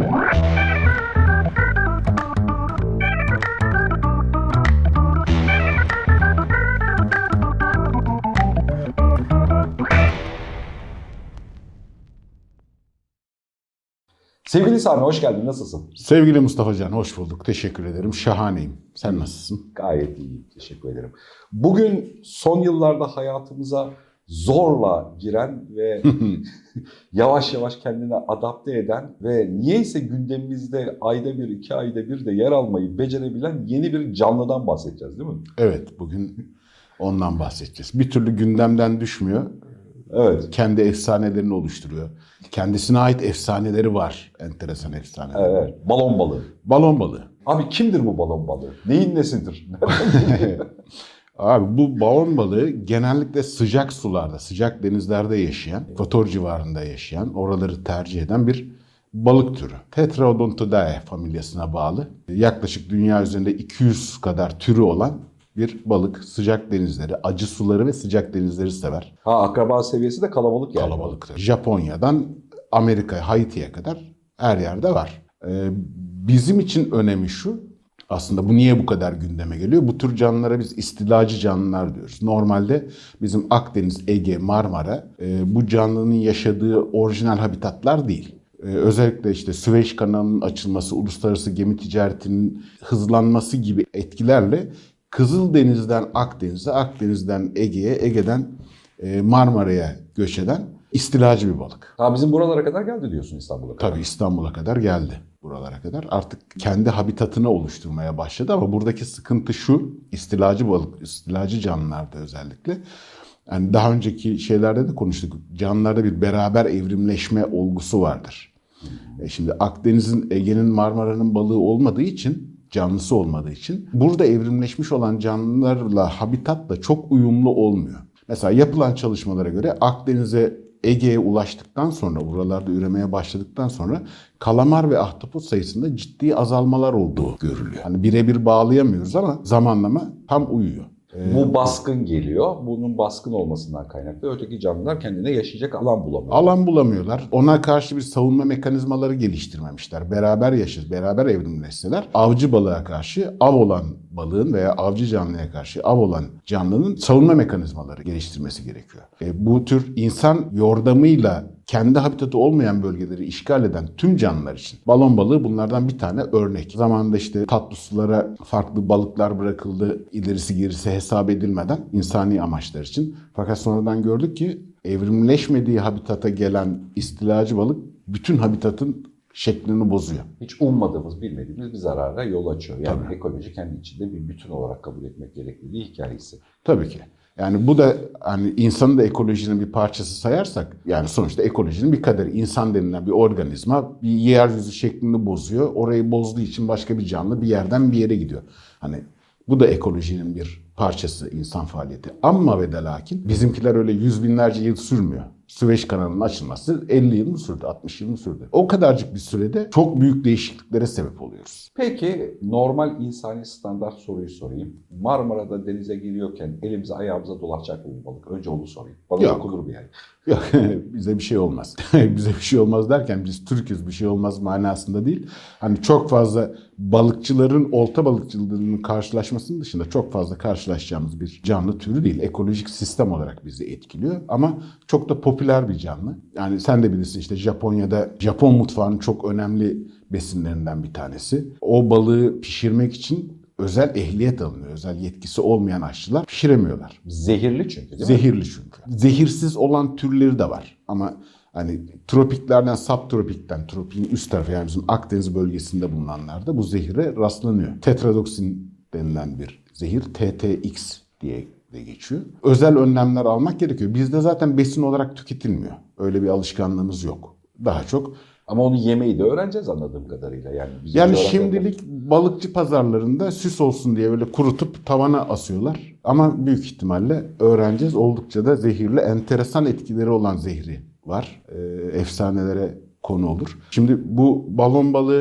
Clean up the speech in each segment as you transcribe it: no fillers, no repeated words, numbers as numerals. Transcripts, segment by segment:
Sevgili Sami, hoş geldin. Nasılsın? Sevgili Mustafa Can, hoş bulduk. Teşekkür ederim. Şahaneyim. Sen nasılsın? Gayet iyiyim. Teşekkür ederim. Bugün son yıllarda hayatımıza zorla giren ve yavaş yavaş kendine adapte eden ve niyeyse gündemimizde ayda bir, 2 ayda bir de yer almayı becerebilen yeni bir canlıdan bahsedeceğiz, değil mi? Evet, bugün ondan bahsedeceğiz. Bir türlü gündemden düşmüyor. Evet. Kendi efsanelerini oluşturuyor. Kendisine ait efsaneleri var. Enteresan efsaneler. Evet. Balon balığı. Balon balığı. Abi kimdir bu balon balığı? Neyin nesidir? Abi bu balon balığı genellikle sıcak sularda, sıcak denizlerde yaşayan, ekvator civarında yaşayan, oraları tercih eden bir balık türü. Tetraodontidae familyasına bağlı. Yaklaşık dünya üzerinde 200 kadar türü olan bir balık. Sıcak denizleri, acı suları ve sıcak denizleri sever. Akraba seviyesi de kalabalık yani. Kalabalıktır. Japonya'dan Amerika, Haiti'ye kadar her yerde var. Bizim için önemi şu, aslında bu niye bu kadar gündeme geliyor? Bu tür canlılara biz istilacı canlılar diyoruz. Normalde bizim Akdeniz, Ege, Marmara bu canlının yaşadığı orijinal habitatlar değil. Özellikle işte Süveyş kanalının açılması, uluslararası gemi ticaretinin hızlanması gibi etkilerle Kızıldeniz'den Akdeniz'e, Akdeniz'den Ege'ye, Ege'den Marmara'ya göç eden istilacı bir balık. Bizim buralara kadar geldi diyorsun, İstanbul'a kadar. Tabii İstanbul'a kadar geldi, buralara kadar. Artık kendi habitatını oluşturmaya başladı ama buradaki sıkıntı şu, istilacı balık, istilacı canlılarda özellikle. Yani daha önceki şeylerde de konuştuk. Canlılarda bir beraber evrimleşme olgusu vardır. Şimdi Akdeniz'in, Ege'nin, Marmara'nın balığı olmadığı için, canlısı olmadığı için burada evrimleşmiş olan canlılarla, habitatla çok uyumlu olmuyor. Mesela yapılan çalışmalara göre Akdeniz'e, Ege'ye ulaştıktan sonra, buralarda üremeye başladıktan sonra kalamar ve ahtapot sayısında ciddi azalmalar olduğu görülüyor. Yani birebir bağlayamıyoruz ama zamanlama tam uyuyor. Bu baskın geliyor. Bunun baskın olmasından kaynaklı öteki canlılar kendine yaşayacak alan bulamıyor. Alan bulamıyorlar. Ona karşı bir savunma mekanizmaları geliştirmemişler. Beraber yaşar, beraber evrimleşseler avcı balığa karşı av olan balığın veya avcı canlıya karşı av olan canlının savunma mekanizmaları geliştirmesi gerekiyor. Bu tür insan yordamıyla kendi habitatı olmayan bölgeleri işgal eden tüm canlılar için balon balığı bunlardan bir tane örnek. Zamanında işte tatlı sulara farklı balıklar bırakıldı, ilerisi gerisi hesap edilmeden insani amaçlar için. Fakat sonradan gördük ki evrimleşmediği habitata gelen istilacı balık bütün habitatın şeklini bozuyor. Hiç ummadığımız, bilmediğimiz bir zarara yol açıyor. Yani Tabii. ekoloji kendi içinde bir bütün olarak kabul etmek gerektiği hikayesi. Tabii ki. Yani bu da hani insanı da ekolojinin bir parçası sayarsak, yani sonuçta ekolojinin bir kaderi. İnsan denilen bir organizma bir yeryüzü şeklini bozuyor. Orayı bozduğu için başka bir canlı bir yerden bir yere gidiyor. Hani bu da ekolojinin bir parçası, insan faaliyeti. Amma ve de lakin bizimkiler öyle yüz binlerce yıl sürmüyor. Süveyş kanalının açılması 50 yıl mı sürdü, 60 yıl mı sürdü? O kadarcık bir sürede çok büyük değişikliklere sebep oluyoruz. Peki normal insani standart soruyu sorayım. Marmara'da denize giriyorken elimize ayağımıza dolaşacak mı bu balık? Önce onu sorayım. Bana Yok. dokunur bir yani. Yok, bize bir şey olmaz. Bize bir şey olmaz derken biz Türk'üz, bir şey olmaz manasında değil. Hani çok fazla balıkçıların, olta balıkçılığının karşılaşmasının dışında çok fazla karşılaşacağımız bir canlı türü değil. Ekolojik sistem olarak bizi etkiliyor ama çok da popüler bir canlı. Yani sen de bilirsin işte Japonya'da Japon mutfağının çok önemli besinlerinden bir tanesi. O balığı pişirmek için özel ehliyet alınıyor. Özel yetkisi olmayan aşçılar pişiremiyorlar. Zehirli çünkü değil mi? Zehirli çünkü. Zehirsiz olan türleri de var. Ama hani tropiklerden, subtropikten, tropiğin üst tarafı yani bizim Akdeniz bölgesinde bulunanlarda bu zehire rastlanıyor. Tetradoksin denilen bir zehir, TTX diye de geçiyor. Özel önlemler almak gerekiyor. Bizde zaten besin olarak tüketilmiyor. Öyle bir alışkanlığımız yok. Daha çok Ama onu yemeyi de öğreneceğiz anladığım kadarıyla. Yani şimdilik balıkçı pazarlarında süs olsun diye böyle kurutup tavana asıyorlar. Ama büyük ihtimalle öğreneceğiz. Oldukça da zehirli, enteresan etkileri olan zehri var. Efsanelere konu olur. Şimdi bu balon balığı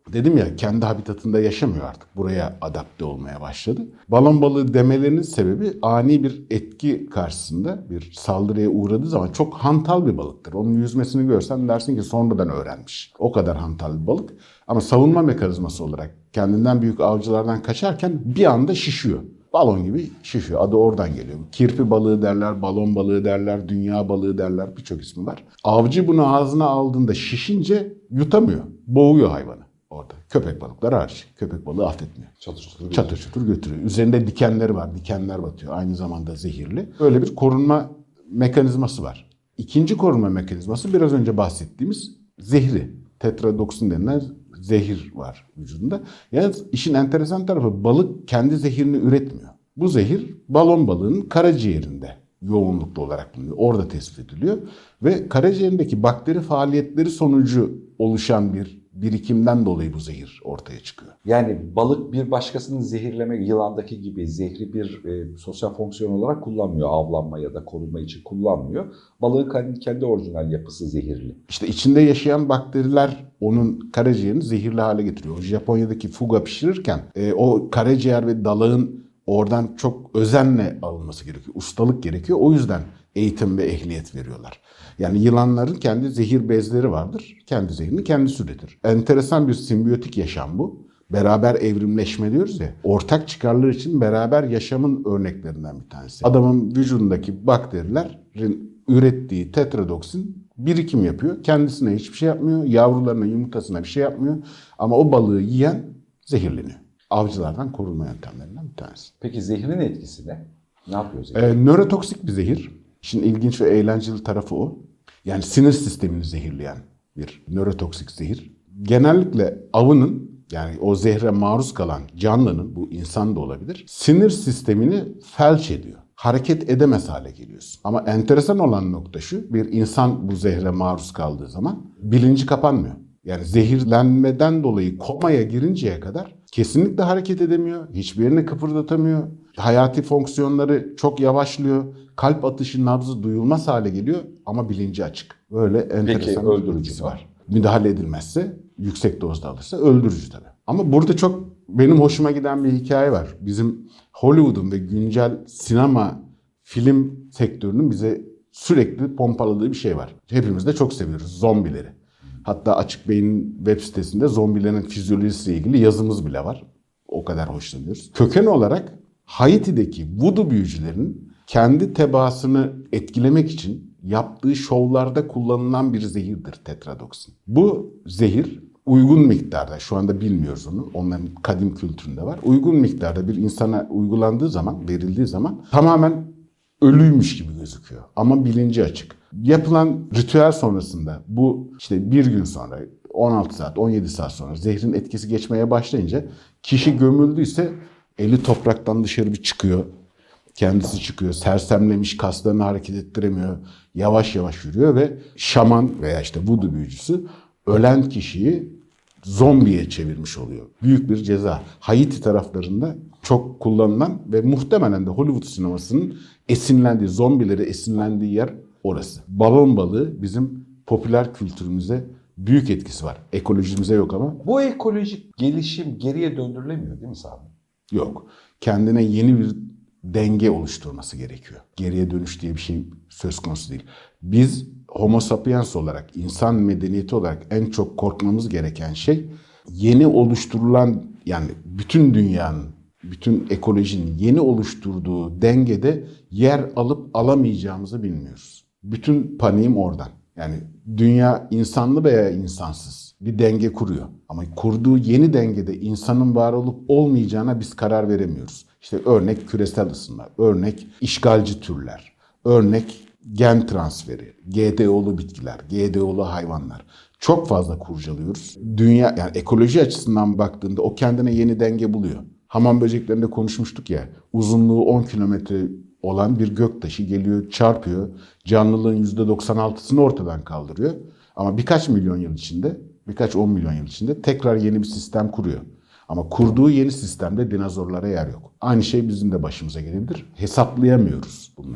dedim ya, kendi habitatında yaşamıyor artık. Buraya adapte olmaya başladı. Balon balığı demelerinin sebebi ani bir etki karşısında bir saldırıya uğradığı zaman çok hantal bir balıktır. Onun yüzmesini görsen dersin ki sonradan öğrenmiş. O kadar hantal bir balık. Ama savunma mekanizması olarak kendinden büyük avcılardan kaçarken bir anda şişiyor. Balon gibi şişiyor. Adı oradan geliyor. Kirpi balığı derler, balon balığı derler, dünya balığı derler. Birçok ismi var. Avcı bunu ağzına aldığında şişince yutamıyor. Boğuyor hayvanı orada. Köpek balıkları hariç. Köpek balığı affetmiyor. Çatır çatır götürüyor. Üzerinde dikenleri var. Dikenler batıyor. Aynı zamanda zehirli. Böyle bir korunma mekanizması var. İkinci korunma mekanizması biraz önce bahsettiğimiz zehri. Tetradoksin denilen zehir var vücudunda. Yani işin enteresan tarafı, balık kendi zehirini üretmiyor. Bu zehir balon balığının karaciğerinde yoğunluklu olarak bulunuyor. Orada tespit ediliyor. Ve karaciğerindeki bakteri faaliyetleri sonucu oluşan bir birikimden dolayı bu zehir ortaya çıkıyor. Yani balık bir başkasının zehirleme, yılandaki gibi zehri bir sosyal fonksiyon olarak kullanmıyor. Avlanma ya da korunma için kullanmıyor. Balığın kendi orijinal yapısı zehirli. İşte içinde yaşayan bakteriler onun karaciğerini zehirli hale getiriyor. O Japonya'daki fuga pişirirken o karaciğer ve dalağın oradan çok özenle alınması gerekiyor. Ustalık gerekiyor. O yüzden eğitim ve ehliyet veriyorlar. Yani yılanların kendi zehir bezleri vardır. Kendi zehirini kendisi üretir. Enteresan bir simbiyotik yaşam bu. Beraber evrimleşme diyoruz ya. Ortak çıkarlar için beraber yaşamın örneklerinden bir tanesi. Adamın vücudundaki bakterilerin ürettiği tetradoksin birikim yapıyor. Kendisine hiçbir şey yapmıyor. Yavrularına, yumurtasına bir şey yapmıyor. Ama o balığı yiyen zehirleniyor. Avcılardan korunma yöntemlerinden bir tanesi. Peki zehrin etkisi ne? Ne yapıyor zehir? Nörotoksik bir zehir. İşin ilginç ve eğlenceli tarafı o. Yani sinir sistemini zehirleyen bir nörotoksik zehir. Genellikle avının, yani o zehre maruz kalan canlının, bu insan da olabilir, sinir sistemini felç ediyor. Hareket edemez hale geliyorsun. Ama enteresan olan nokta şu: bir insan bu zehre maruz kaldığı zaman bilinci kapanmıyor. Yani zehirlenmeden dolayı komaya girinceye kadar kesinlikle hareket edemiyor, hiçbir yerini kıpırdatamıyor. Hayati fonksiyonları çok yavaşlıyor. Kalp atışı, nabzı duyulmaz hale geliyor ama bilinci açık. Böyle enteresan bir öldürücüsü var. Müdahale edilmezse, yüksek dozda alırsa öldürücü tabii. Ama burada çok benim hoşuma giden bir hikaye var. Bizim Hollywood'un ve güncel sinema, film sektörünün bize sürekli pompaladığı bir şey var. Hepimiz de çok seviyoruz zombileri. Hatta Açık Beyin'in web sitesinde zombilerin fizyolojisiyle ilgili yazımız bile var. O kadar hoşlanıyoruz. Köken olarak Haiti'deki voodoo büyücülerinin kendi tebaasını etkilemek için yaptığı şovlarda kullanılan bir zehirdir tetradoksin. Bu zehir uygun miktarda, şu anda bilmiyoruz onu, onların kadim kültüründe var. Uygun miktarda bir insana uygulandığı zaman, verildiği zaman tamamen ölüymüş gibi gözüküyor. Ama bilinci açık. Yapılan ritüel sonrasında bu işte bir gün sonra, 16 saat, 17 saat sonra zehrin etkisi geçmeye başlayınca kişi gömüldüyse eli topraktan dışarı bir çıkıyor. Kendisi çıkıyor, sersemlemiş, kaslarını hareket ettiremiyor, yavaş yavaş yürüyor ve şaman veya işte voodoo büyücüsü ölen kişiyi zombiye çevirmiş oluyor. Büyük bir ceza. Haiti taraflarında çok kullanılan ve muhtemelen de Hollywood sinemasının esinlendiği, zombileri esinlendiği yer orası. Balon balığı bizim popüler kültürümüze büyük etkisi var. Ekolojimize yok ama. Bu ekolojik gelişim geriye döndürülemiyor değil mi Sami? Yok. Kendine yeni bir denge oluşturması gerekiyor. Geriye dönüş diye bir şey söz konusu değil. Biz Homo sapiens olarak, insan medeniyeti olarak en çok korkmamız gereken şey yeni oluşturulan, yani bütün dünyanın, bütün ekolojinin yeni oluşturduğu dengede yer alıp alamayacağımızı bilmiyoruz. Bütün paniğim oradan. Yani dünya insanlı veya insansız bir denge kuruyor. Ama kurduğu yeni dengede insanın var olup olmayacağına biz karar veremiyoruz. İşte örnek küresel ısınma, örnek işgalci türler, örnek gen transferi, GDO'lu bitkiler, GDO'lu hayvanlar. Çok fazla kurcalıyoruz. Dünya, yani ekoloji açısından baktığında o kendine yeni denge buluyor. Hamam böceklerinde konuşmuştuk ya, uzunluğu 10 kilometre olan bir göktaşı geliyor, çarpıyor, canlılığın %96'sını ortadan kaldırıyor. Ama birkaç milyon yıl içinde, birkaç 10 milyon yıl içinde tekrar yeni bir sistem kuruyor. Ama kurduğu yeni sistemde dinozorlara yer yok. Aynı şey bizim de başımıza gelebilir. Hesaplayamıyoruz bunları.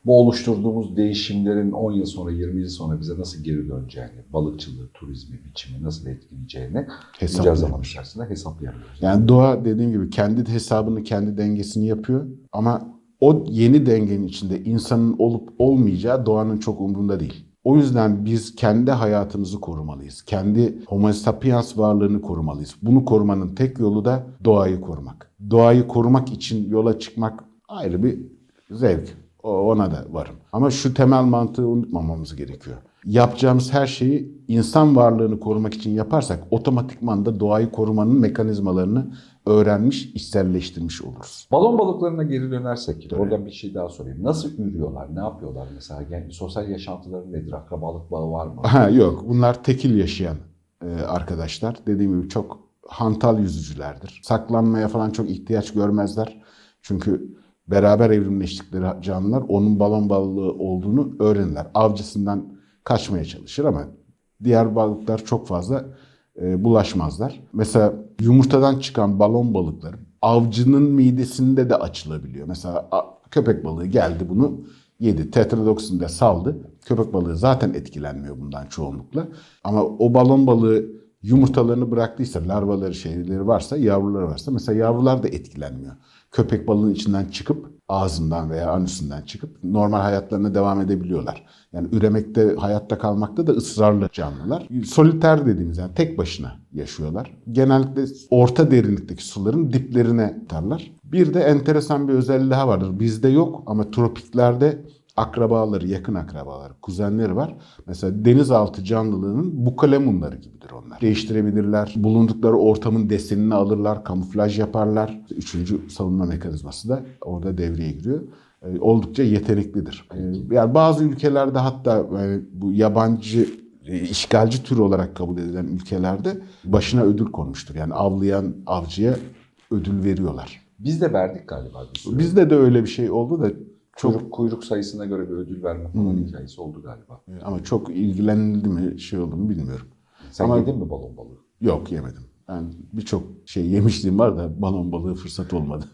bu oluşturduğumuz değişimlerin 10 yıl sonra, 20 yıl sonra bize nasıl geri döneceğini, balıkçılığı, turizmi, biçimi nasıl etkileyeceğini bunca zaman içerisinde hesaplayamıyoruz. Yani doğa dediğim gibi kendi hesabını, kendi dengesini yapıyor ama o yeni dengenin içinde insanın olup olmayacağı doğanın çok umrunda değil. O yüzden biz kendi hayatımızı korumalıyız. Kendi Homo sapiens varlığını korumalıyız. Bunu korumanın tek yolu da doğayı korumak. Doğayı korumak için yola çıkmak ayrı bir zevk. Ona da varım. Ama şu temel mantığı unutmamamız gerekiyor. Yapacağımız her şeyi insan varlığını korumak için yaparsak otomatikman da doğayı korumanın mekanizmalarını öğrenmiş, içselleştirmiş oluruz. Balon balıklarına geri dönersek, oradan bir şey daha sorayım. Nasıl ürüyorlar, ne yapıyorlar mesela? Yani sosyal yaşantıları nedir? Akrabalık bağı var mı? Yok, bunlar tekil yaşayan arkadaşlar. Dediğim gibi çok hantal yüzücülerdir. Saklanmaya falan çok ihtiyaç görmezler. Çünkü beraber evrimleştikleri canlılar onun balon balığı olduğunu öğrenirler. Avcısından kaçmaya çalışır ama diğer balıklar çok fazla bulaşmazlar. Mesela yumurtadan çıkan balon balıkları avcının midesinde de açılabiliyor. Mesela köpek balığı geldi bunu yedi. Tetrodoksini de saldı. Köpek balığı zaten etkilenmiyor bundan çoğunlukla. Ama o balon balığı yumurtalarını bıraktıysa, larvaları şeyleri varsa, yavruları varsa mesela yavrular da etkilenmiyor. Köpek balığının içinden çıkıp ağzından veya anüsünden çıkıp normal hayatlarına devam edebiliyorlar. Yani üremekte, hayatta kalmakta da ısrarlı canlılar. Soliter dediğimiz yani tek başına yaşıyorlar. Genellikle orta derinlikteki suların diplerine tutarlar. Bir de enteresan bir özelliği daha vardır. Bizde yok ama tropiklerde akrabaları, yakın akrabaları, kuzenleri var. Mesela denizaltı canlılığının bukalemunları gibidir onlar. Değiştirebilirler. Bulundukları ortamın desenini alırlar, kamuflaj yaparlar. Üçüncü savunma mekanizması da orada devreye giriyor. Oldukça yeteneklidir. Yani bazı ülkelerde hatta bu yabancı işgalci tür olarak kabul edilen ülkelerde başına ödül konmuştur. Yani avlayan avcıya ödül veriyorlar. Biz de verdik galiba bir süre. Bizde de öyle bir şey oldu da Kuyruk sayısına göre bir ödül verme falan hikayesi oldu galiba. ama çok ilgilenildi mi şey oldu mu bilmiyorum. Sen Ama yedin mi balon balığı? yok yemedim. Ben birçok şey yemişliğim var da balon balığı fırsat olmadı.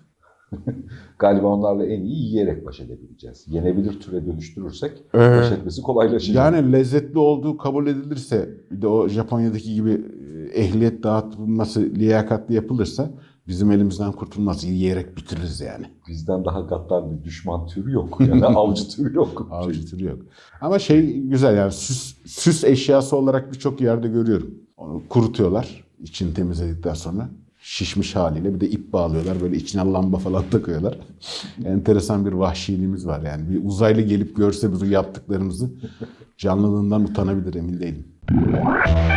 Galiba onlarla en iyi yiyerek baş edebileceğiz. Yenebilir türe dönüştürürsek baş etmesi kolaylaşacak. Yani lezzetli olduğu kabul edilirse bir de o Japonya'daki gibi ehliyet dağıtılması liyakatli yapılırsa bizim elimizden kurtulmaz. Yiyerek bitiririz yani. Bizden daha gaddar bir düşman türü yok. Yani avcı türü yok. Avcı türü yok. Ama şey güzel yani süs eşyası olarak birçok yerde görüyorum. Onu kurutuyorlar içini temizledikten sonra. Şişmiş haliyle bir de ip bağlıyorlar. Böyle içine lamba falan takıyorlar. Enteresan bir vahşiliğimiz var yani. Bir uzaylı gelip görse bizim yaptıklarımızı canlılığından utanabilir emin değilim.